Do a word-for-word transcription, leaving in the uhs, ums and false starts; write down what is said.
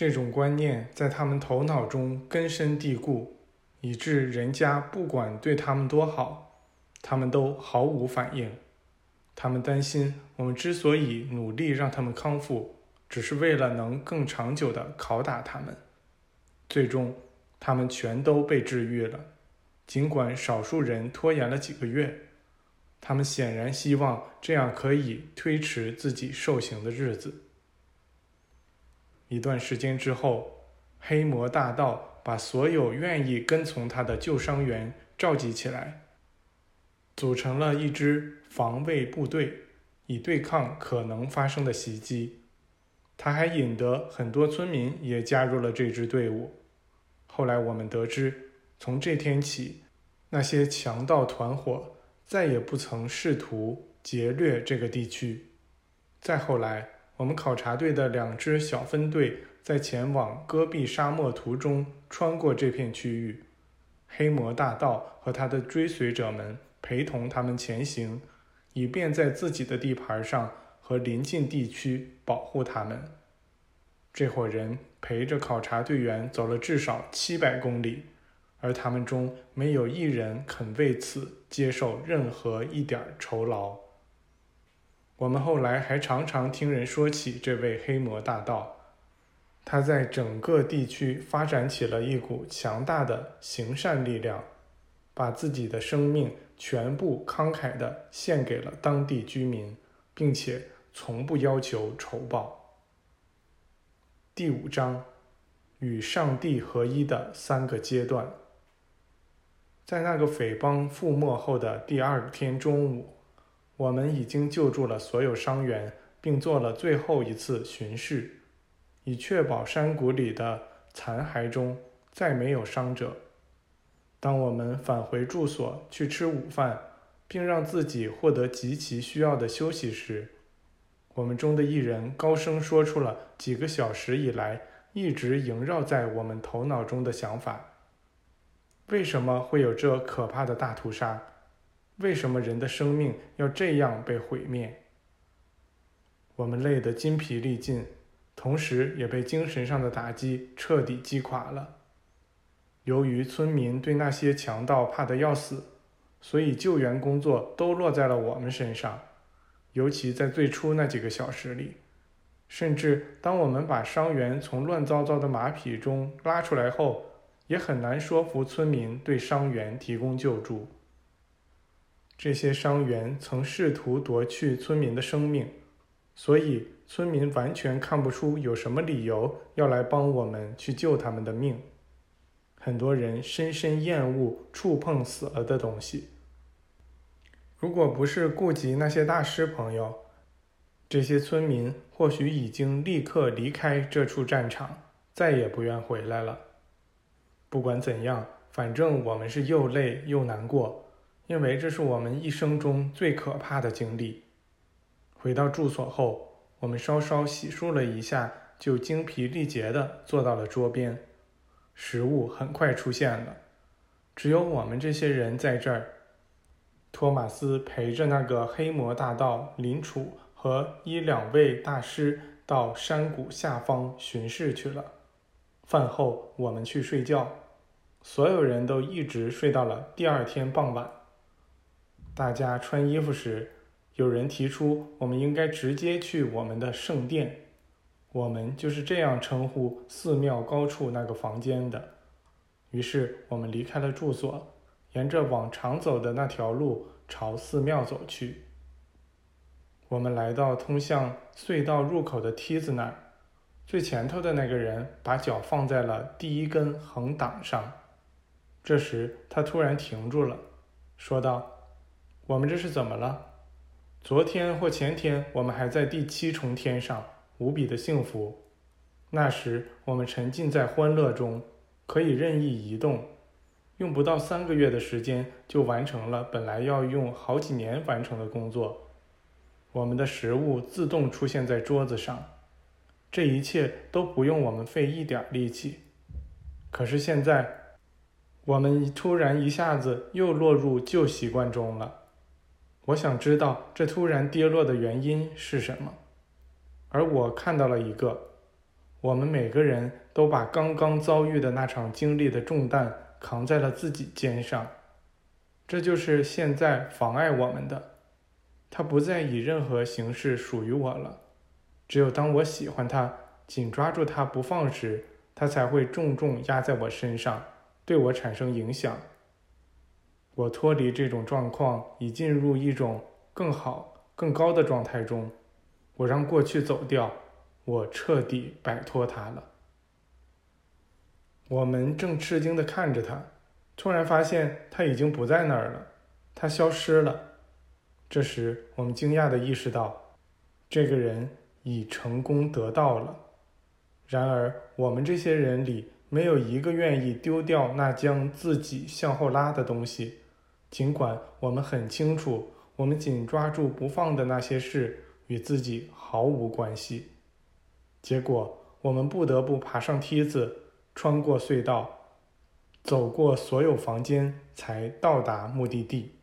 这种观念在他们头脑中根深蒂固，以致人家不管对他们多好，他们都毫无反应。他们担心我们之所以努力让他们康复，只是为了能更长久地拷打他们。最终他们全都被治愈了，尽管少数人拖延了几个月。他们显然希望这样可以推迟自己受刑的日子。一段时间之后，黑魔大盗把所有愿意跟从他的旧伤员召集起来，组成了一支防卫部队，以对抗可能发生的袭击。他还引得很多村民也加入了这支队伍。后来我们得知，从这天起，那些强盗团伙再也不曾试图劫掠这个地区。再后来，我们考察队的两支小分队在前往戈壁沙漠途中穿过这片区域，黑魔大盗和他的追随者们陪同他们前行，以便在自己的地盘上和邻近地区保护他们。这伙人陪着考察队员走了至少七百公里，而他们中没有一人肯为此接受任何一点酬劳。我们后来还常常听人说起这位黑魔大盗，他在整个地区发展起了一股强大的行善力量，把自己的生命全部慷慨地献给了当地居民，并且从不要求酬报。第五章，与上帝合一的三个阶段。在那个匪帮覆没后的第二天中午，我们已经救助了所有伤员，并做了最后一次巡视，以确保山谷里的残骸中再没有伤者。当我们返回住所去吃午饭，并让自己获得极其需要的休息时，我们中的一人高声说出了几个小时以来一直萦绕在我们头脑中的想法：为什么会有这可怕的大屠杀？为什么人的生命要这样被毁灭？我们累得筋疲力尽，同时也被精神上的打击彻底击垮了。由于村民对那些强盗怕得要死，所以救援工作都落在了我们身上，尤其在最初那几个小时里。甚至当我们把伤员从乱糟糟的马匹中拉出来后，也很难说服村民对伤员提供救助。这些伤员曾试图夺去村民的生命，所以村民完全看不出有什么理由要来帮我们去救他们的命。很多人深深厌恶触碰死了的东西。如果不是顾及那些大师朋友，这些村民或许已经立刻离开这处战场，再也不愿回来了。不管怎样，反正我们是又累又难过，因为这是我们一生中最可怕的经历。回到住所后，我们稍稍洗漱了一下，就精疲力竭地坐到了桌边。食物很快出现了，只有我们这些人在这儿。托马斯陪着那个黑魔大盗林楚和一两位大师到山谷下方巡视去了。饭后我们去睡觉，所有人都一直睡到了第二天傍晚。大家穿衣服时，有人提出我们应该直接去我们的圣殿，我们就是这样称呼寺庙高处那个房间的。于是我们离开了住所，沿着往常走的那条路朝寺庙走去。我们来到通向隧道入口的梯子那儿，最前头的那个人把脚放在了第一根横档上。这时他突然停住了，说道：我们这是怎么了？昨天或前天我们还在第七重天上，无比的幸福。那时我们沉浸在欢乐中，可以任意移动，用不到三个月的时间就完成了本来要用好几年完成的工作。我们的食物自动出现在桌子上，这一切都不用我们费一点力气。可是现在，我们突然一下子又落入旧习惯中了。我想知道这突然跌落的原因是什么，而我看到了一个。 我们每个人都把刚刚遭遇的那场经历的重担扛在了自己肩上，这就是现在妨碍我们的。它不再以任何形式属于我了，只有当我喜欢它，紧抓住它不放时，它才会重重压在我身上，对我产生影响。我脱离这种状况，已进入一种更好、更高的状态中。我让过去走掉，我彻底摆脱它了。我们正吃惊地看着它，突然发现它已经不在那儿了，它消失了。这时，我们惊讶地意识到，这个人已成功得到了。然而，我们这些人里没有一个愿意丢掉那将自己向后拉的东西，尽管我们很清楚，我们紧抓住不放的那些事与自己毫无关系。结果，我们不得不爬上梯子，穿过隧道，走过所有房间，才到达目的地。